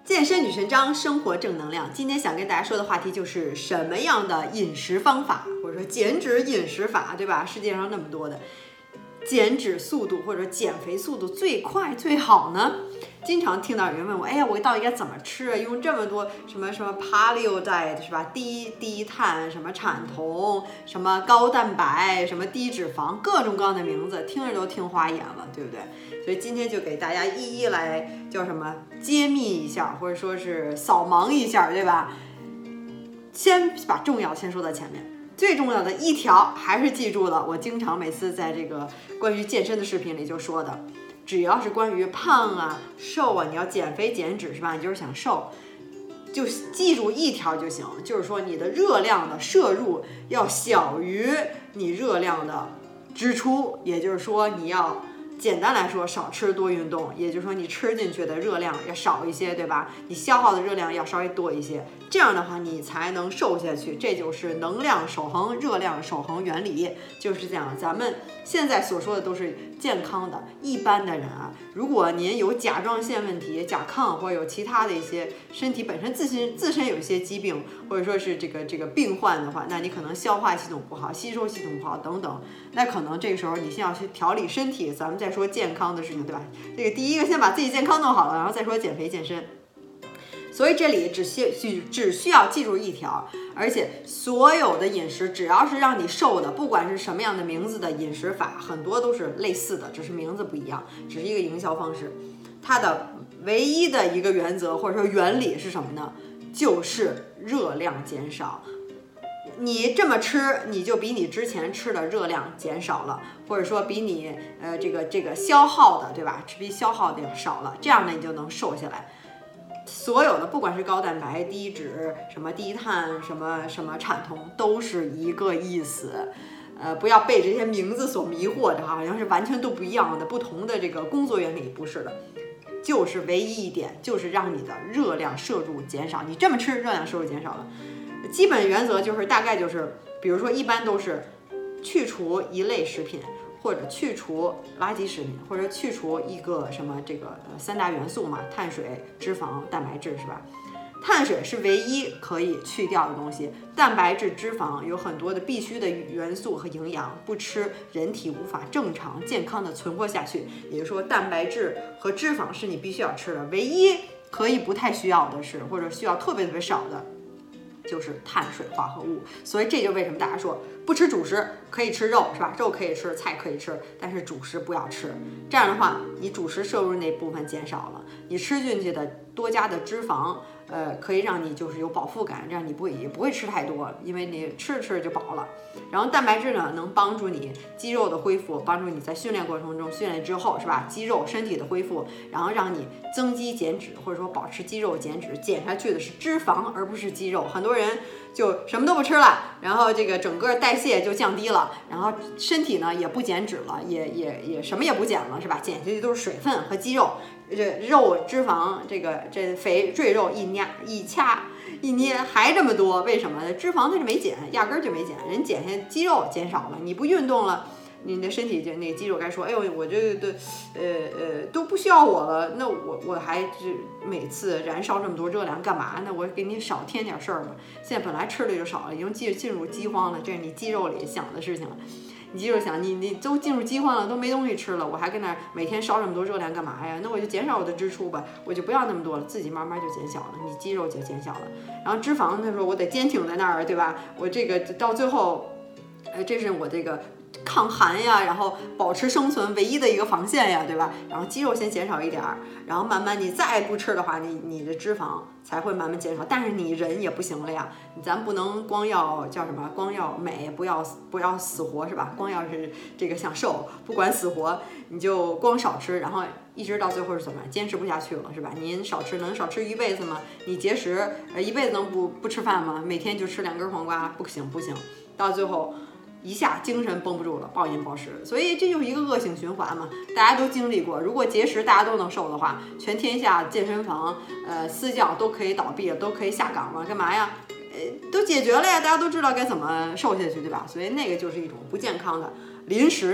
健身女神张，生活正能量。今天想跟大家说的话题就是什么样的饮食方法，或者说减脂饮食法，对吧？世界上那么多的减脂速度或者减肥速度最快最好呢？经常听到有人问我，哎呀，我到底该怎么吃啊？用这么多什么 paleo diet 是吧？低碳，什么产酮，什么高蛋白，什么低脂肪，各种各样的名字，听着都听花眼了，对不对？所以今天就给大家一一来叫什么揭秘一下，或者说是扫盲一下，对吧？先把重要先说到前面。最重要的一条还是记住了，我经常每次在这个关于健身的视频里就说的，只要是关于胖啊、瘦啊，你要减肥减脂是吧？你就是想瘦，就记住一条就行，就是说你的热量的摄入要小于你热量的支出，也就是说你要简单来说少吃多运动，也就是说你吃进去的热量要少一些，对吧？你消耗的热量要稍微多一些，这样的话你才能瘦下去。这就是能量守恒、热量守恒原理，就是这样。咱们现在所说的都是健康的一般的人啊，如果您有甲状腺问题、甲亢，或者有其他的一些身体本身自身有一些疾病，或者说是这个病患的话，那你可能消化系统不好、吸收系统不好等等，那可能这个时候你先要去调理身体。咱们再说健康的事情，对吧？这个第一个先把自己健康弄好了，然后再说减肥健身。所以这里只需要记住一条，而且所有的饮食只要是让你瘦的，不管是什么样的名字的饮食法，很多都是类似的，只是名字不一样，只是一个营销方式。它的唯一的一个原则或者说原理是什么呢？就是热量减少。你这么吃，你就比你之前吃的热量减少了，或者说比你这个消耗的，对吧？比消耗的少了，这样呢你就能瘦下来。所有的不管是高蛋白、低脂、什么低碳、什么产酮，都是一个意思。不要被这些名字所迷惑着，好像是完全都不一样的不同的这个工作原理，不是的。就是唯一一点，就是让你的热量摄入减少。你这么吃，热量摄入减少了。基本原则就是大概就是，比如说一般都是去除一类食品，或者去除垃圾食品，或者去除一个什么这个三大元素嘛，碳水、脂肪、蛋白质，是吧？碳水是唯一可以去掉的东西，蛋白质、脂肪有很多的必须的元素和营养，不吃人体无法正常健康的存活下去。也就是说，蛋白质和脂肪是你必须要吃的，唯一可以不太需要的是，或者需要特别少的，就是碳水化合物。所以这就为什么大家说不吃主食，可以吃肉，是吧？肉可以吃，菜可以吃，但是主食不要吃。这样的话，你主食摄入那部分减少了，你吃进去的多加的脂肪，可以让你就是有饱腹感，这样你也不会吃太多，因为你吃着就饱了。然后蛋白质呢，能帮助你肌肉的恢复，帮助你在训练过程中，训练之后是吧，肌肉身体的恢复，然后让你增肌减脂，或者说保持肌肉减脂，减下去的是脂肪而不是肌肉。很多人就什么都不吃了，然后这个整个代谢就降低了，然后身体呢也不减脂了，也什么也不减了，是吧？减下去都是水分和肌肉。这肉脂肪这肥赘肉一掐一捏还这么多，为什么？脂肪它是没减，压根儿就没减，人减下肌肉减少了，你不运动了，你的身体就那个肌肉该说，哎呦，我这都不需要我了，那我还每次燃烧这么多热量干嘛呢？我给你少添点事儿吧。现在本来吃的就少了，已经进入饥荒了，这是你肌肉里想的事情了。你肌肉想你都进入饥荒了，都没东西吃了，我还跟那每天烧这么多热量干嘛呀？那我就减少我的支出吧，我就不要那么多了，自己慢慢就减小了，你肌肉就减小了。然后脂肪他说我得坚挺在那儿，对吧？我这个到最后，这是我这个抗寒呀，然后保持生存唯一的一个防线呀，对吧？然后肌肉先减少一点儿，然后慢慢你再不吃的话，你的脂肪才会慢慢减少。但是你人也不行了呀，咱不能光要叫什么，光要美，不要死活，是吧？光要是这个想瘦，不管死活，你就光少吃，然后一直到最后是怎么坚持不下去了，是吧？您少吃能少吃一辈子吗？你节食一辈子能不吃饭吗？每天就吃2根黄瓜，不行，到最后一下精神绷不住了，暴饮暴食，所以这就是一个恶性循环嘛。大家都经历过，如果节食大家都能瘦的话，全天下健身房、私教都可以倒闭了，都可以下岗了，干嘛呀？都解决了呀，大家都知道该怎么瘦下去，对吧？所以那个就是一种不健康的、临时的，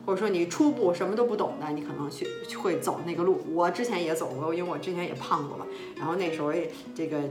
或者说你初步什么都不懂的，你可能会走那个路。我之前也走过，因为我之前也胖过嘛，然后那时候这个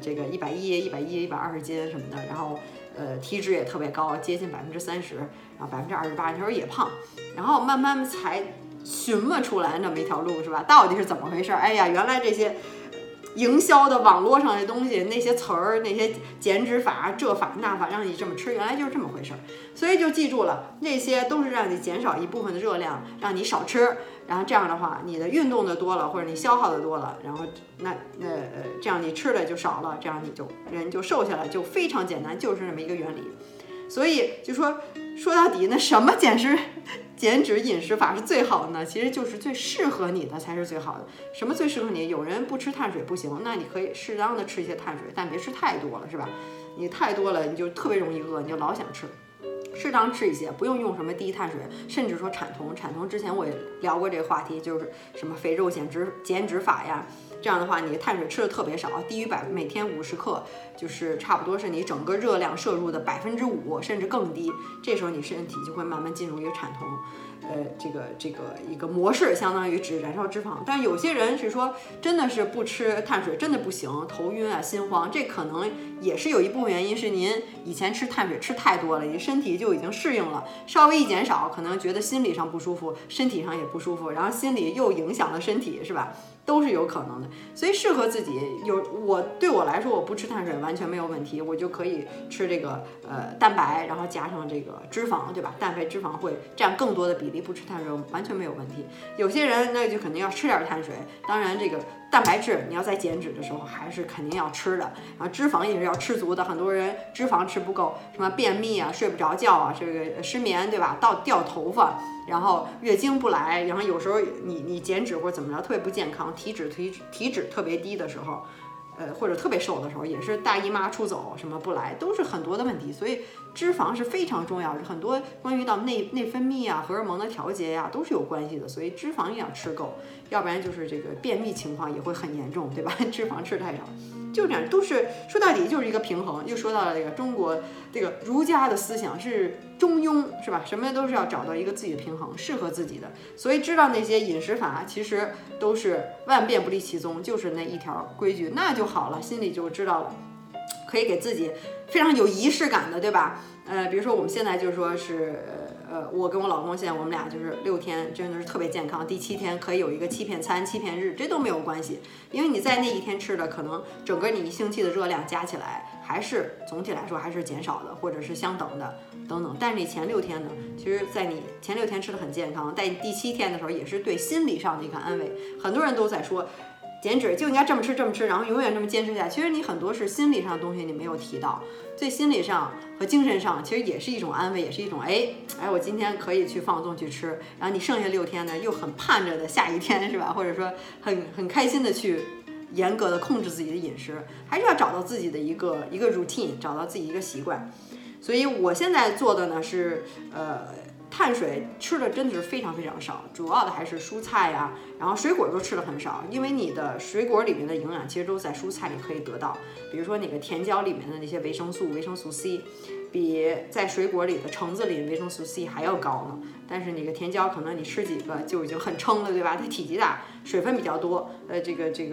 110、120斤什么的，然后体脂也特别高，接近30%，然后28%，那时候也胖，然后慢慢才询问出来那么一条路，是吧？到底是怎么回事？哎呀，原来这些营销的网络上的东西，那些词儿，那些减脂法、这法那法，让你这么吃，原来就是这么回事儿。所以就记住了，那些都是让你减少一部分的热量，让你少吃。然后这样的话，你的运动的多了，或者你消耗的多了，然后这样你吃的就少了，这样你人就瘦下来，就非常简单，就是这么一个原理。所以就说到底，那什么减脂饮食法是最好的呢？其实就是最适合你的才是最好的。什么最适合你？有人不吃碳水不行，那你可以适当的吃一些碳水，但别吃太多了，是吧？你太多了，你就特别容易饿，你就老想吃。适当吃一些，不用什么低碳水，甚至说产酮之前我也聊过这个话题，就是什么肥肉减脂法呀。这样的话，你碳水吃的特别少，低于每天50克，就是差不多是你整个热量摄入的5%，甚至更低。这时候你身体就会慢慢进入一个产酮，这个一个模式，相当于燃烧脂肪。但有些人是说真的是不吃碳水真的不行，头晕啊、心慌，这可能也是有一部分原因是您以前吃碳水吃太多了，你身体就已经适应了，稍微一减少，可能觉得心理上不舒服，身体上也不舒服，然后心理又影响了身体，是吧？都是有可能的。所以适合自己对我来说，我不吃碳水完全没有问题，我就可以吃这个蛋白，然后加上这个脂肪，对吧？蛋白质肪会占更多的比例，不吃碳水完全没有问题。有些人那就肯定要吃点碳水，当然这个蛋白质你要在减脂的时候还是肯定要吃的，然后脂肪也是要吃足的。很多人脂肪吃不够，什么便秘啊、睡不着觉啊、这个失眠，对吧？掉头发，然后月经不来，然后有时候你减脂或者怎么着特别不健康，体脂特别低的时候，或者特别瘦的时候，也是大姨妈出走什么不来，都是很多的问题。所以脂肪是非常重要，很多关于到内分泌啊、荷尔蒙的调节呀、都是有关系的。所以脂肪也要吃够，要不然就是这个便秘情况也会很严重，对吧？脂肪吃太少。就这样，都是说到底就是一个平衡。又说到了这个中国这个儒家的思想是中庸，是吧？什么都是要找到一个自己的平衡，适合自己的。所以知道那些饮食法其实都是万变不离其宗，就是那一条规矩，那就好了，心里就知道了，可以给自己非常有仪式感的，对吧？比如说我们现在就说是我跟我老公现在我们俩就是6天真的是特别健康，第7天可以有一个7片餐、7片日，这都没有关系，因为你在那一天吃的可能整个你1星期的热量加起来还是总体来说还是减少的，或者是相等的等等。但是你前6天呢，其实在你前6天吃的很健康，在第7天的时候也是对心理上的一个安慰。很多人都在说减脂就应该这么吃，然后永远这么坚持下来。其实你很多是心理上的东西你没有提到，对心理上和精神上其实也是一种安慰，也是一种我今天可以去放纵去吃，然后你剩下6天呢又很盼着的下一天，是吧？或者说很开心的去严格的控制自己的饮食，还是要找到自己的一个 routine， 找到自己一个习惯。所以我现在做的呢是碳水吃的真的是非常非常少，主要的还是蔬菜呀，然后水果都吃的很少，因为你的水果里面的营养其实都在蔬菜里可以得到，比如说那个甜椒里面的那些维生素 C， 比在水果里的橙子里的维生素 C 还要高呢。但是那个甜椒可能你吃几个就已经很撑了，对吧？它体积大，水分比较多，里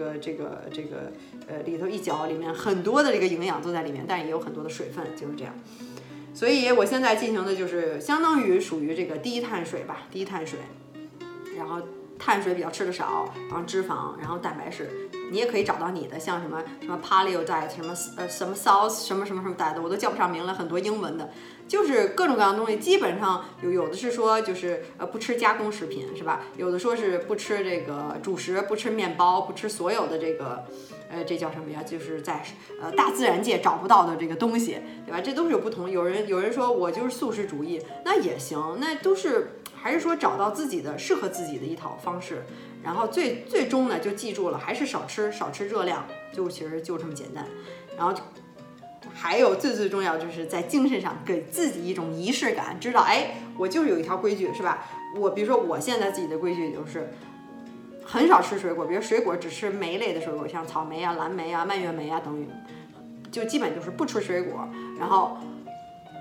头一嚼里面很多的这个营养都在里面，但也有很多的水分，就是这样。所以我现在进行的就是相当于属于这个低碳水吧，低碳水，然后碳水比较吃的少，然后脂肪，然后蛋白质，你也可以找到你的，像什么 paleo diet， 什么sauce， 什么 diet， 我都叫不上名了，很多英文的，就是各种各样的东西，基本上有的是说就是不吃加工食品，是吧？有的说是不吃这个主食，不吃面包，不吃所有的这个这叫什么呀？就是在大自然界找不到的这个东西，对吧？这都是有不同。有人说我就是素食主义，那也行，那都是还是说找到自己的适合自己的一套方式，然后最终呢就记住了，还是少吃热量，其实就这么简单。然后还有最重要就是在精神上给自己一种仪式感，知道我就是有一条规矩，是吧？比如说我现在自己的规矩就是很少吃水果，比如水果只吃莓类的水果，像草莓啊、蓝莓啊、蔓越莓啊等，就基本就是不吃水果，然后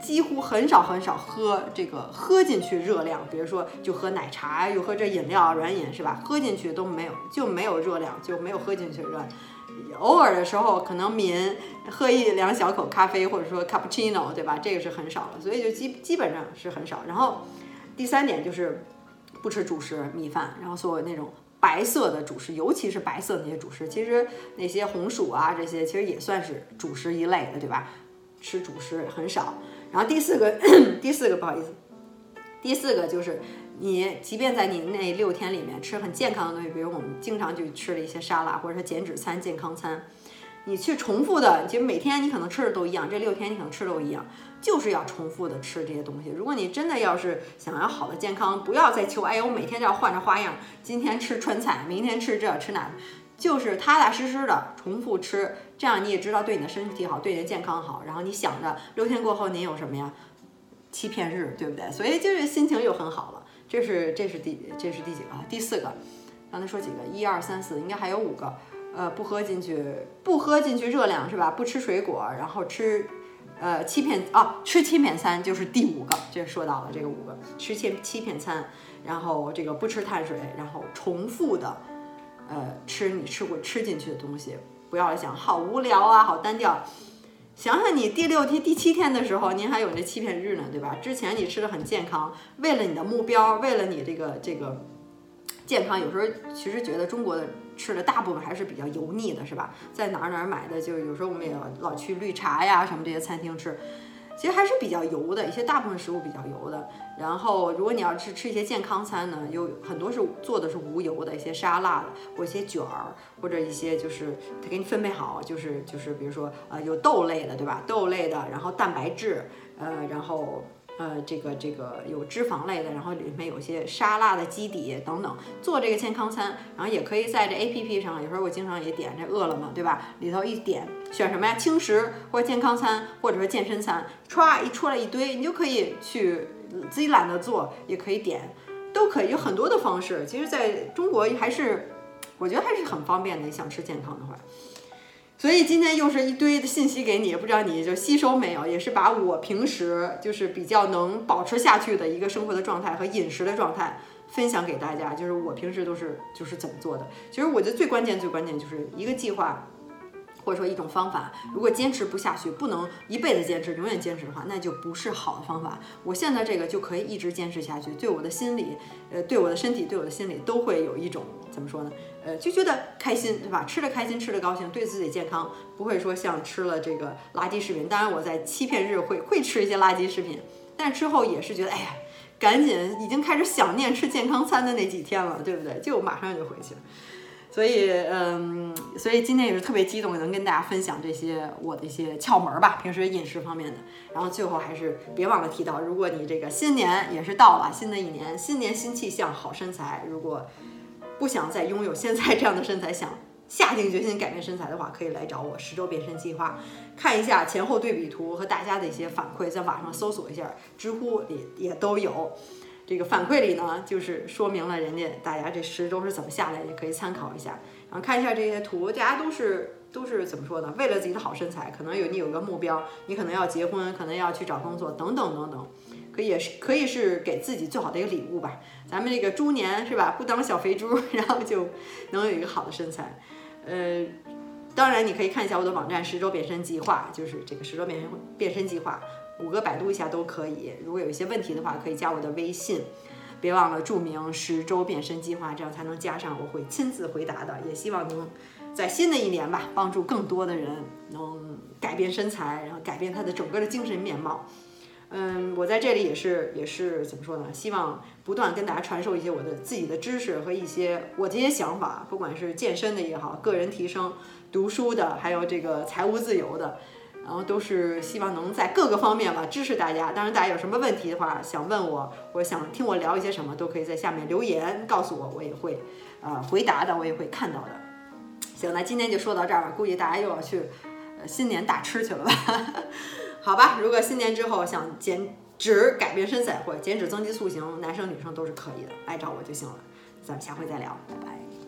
几乎很少喝进去热量，比如说就喝奶茶又喝这饮料软饮是吧，喝进去都没有热量，就没有喝进去热量。偶尔的时候可能喝1-2小口咖啡或者说 cappuccino 对吧，这个是很少了，所以就基本上是很少。然后第3点就是不吃主食米饭，然后所有那种白色的主食，尤其是白色的那些主食，其实那些红薯啊这些其实也算是主食一类的对吧，吃主食很少。然后第四个不好意思，第4个就是你即便在你那6天里面吃很健康的东西，比如我们经常去吃了一些沙拉或者是减脂餐健康餐，你去重复的，其实每天你可能吃的都一样，这6天你可能吃的都一样，就是要重复的吃这些东西。如果你真的要是想要好的健康，不要再求我每天都要换着花样，今天吃川菜，明天吃这吃那，就是踏踏实实的重复吃，这样你也知道对你的身体好，对你的健康好，然后你想着6天过后你有什么呀，欺骗日，对不对？所以就是心情又很好了。这是第几个？第4个，刚才说几个？1、2、3、4，应该还有5个。不喝进去热量是吧？不吃水果，然后吃欺骗餐就是第5个，这说到了这个5个，吃欺骗餐，然后这个不吃碳水，然后重复的吃你吃进去的东西，不要想好无聊啊，好单调。想想你第6天、第7天的时候，您还有那欺骗日呢，对吧？之前你吃的很健康，为了你的目标，为了你这个健康，有时候其实觉得中国的吃的大部分还是比较油腻的，是吧？在哪儿买的，就有时候我们也老去绿茶呀什么这些餐厅吃，其实还是比较油的，一些大部分食物比较油的。然后如果你要吃一些健康餐呢，有很多是做的是无油的，一些沙拉的，或一些卷儿，或者一些就是它给你分配好，就是比如说有豆类的，对吧？豆类的，然后蛋白质，然后这个有脂肪类的，然后里面有些沙拉的基底等等，做这个健康餐，然后也可以在这 APP 上，有时候我经常也点这饿了么，对吧？里头一点选什么呀？轻食或者健康餐，或者说健身餐，歘一出来一堆，你就可以去自己懒得做，也可以点，都可以，有很多的方式。其实在中国我觉得还是很方便的，你想吃健康的话。所以今天又是一堆的信息给你，不知道你就吸收没有，也是把我平时就是比较能保持下去的一个生活的状态和饮食的状态分享给大家，就是我平时就是怎么做的。其实我觉得最关键就是一个计划，或者说一种方法，如果坚持不下去，不能一辈子坚持，永远坚持的话，那就不是好的方法。我现在这个就可以一直坚持下去，对我的心理，对我的身体，对我的心理都会有一种怎么说呢？就觉得开心，对吧？吃得开心，吃得高兴，对自己健康，不会说像吃了这个垃圾食品。当然我在欺骗日会吃一些垃圾食品，但是之后也是觉得，哎呀，赶紧已经开始想念吃健康餐的那几天了，对不对？就马上就回去了。所以今天也是特别激动，能跟大家分享这些我的一些窍门吧，平时饮食方面的。然后最后还是别忘了提到，如果你这个新年也是到了，新的一年，新年新气象，好身材，如果不想再拥有现在这样的身材，想下定决心改变身材的话，可以来找我10周变身计划，看一下前后对比图和大家的一些反馈，在网上搜索一下，知乎也都有。这个反馈里呢，就是说明了大家这10周是怎么下来，也可以参考一下。然后看一下这些图，大家都是怎么说呢？为了自己的好身材，可能你有个目标，你可能要结婚，可能要去找工作，等等等等，可以是给自己最好的一个礼物吧。咱们这个猪年是吧？不当小肥猪，然后就能有一个好的身材。当然你可以看一下我的网站10周变身计划，就是这个10周变身计划。谷歌百度一下都可以，如果有一些问题的话，可以加我的微信，别忘了注明10周变身计划，这样才能加上，我会亲自回答的。也希望能在新的一年吧，帮助更多的人能改变身材，然后改变他的整个的精神面貌。我在这里也是怎么说呢？希望不断跟大家传授一些我的自己的知识和一些我这些想法，不管是健身的也好，个人提升、读书的，还有这个财务自由的。然后都是希望能在各个方面吧支持大家。当然大家有什么问题的话想问我，或者想听我聊一些什么，都可以在下面留言告诉我，我也会回答的，我也会看到的。行，那今天就说到这儿吧，估计大家又要去新年大吃去了吧好吧，如果新年之后想减脂改变身材或者减脂增肌塑形，男生女生都是可以的，来找我就行了。咱们下回再聊，拜拜。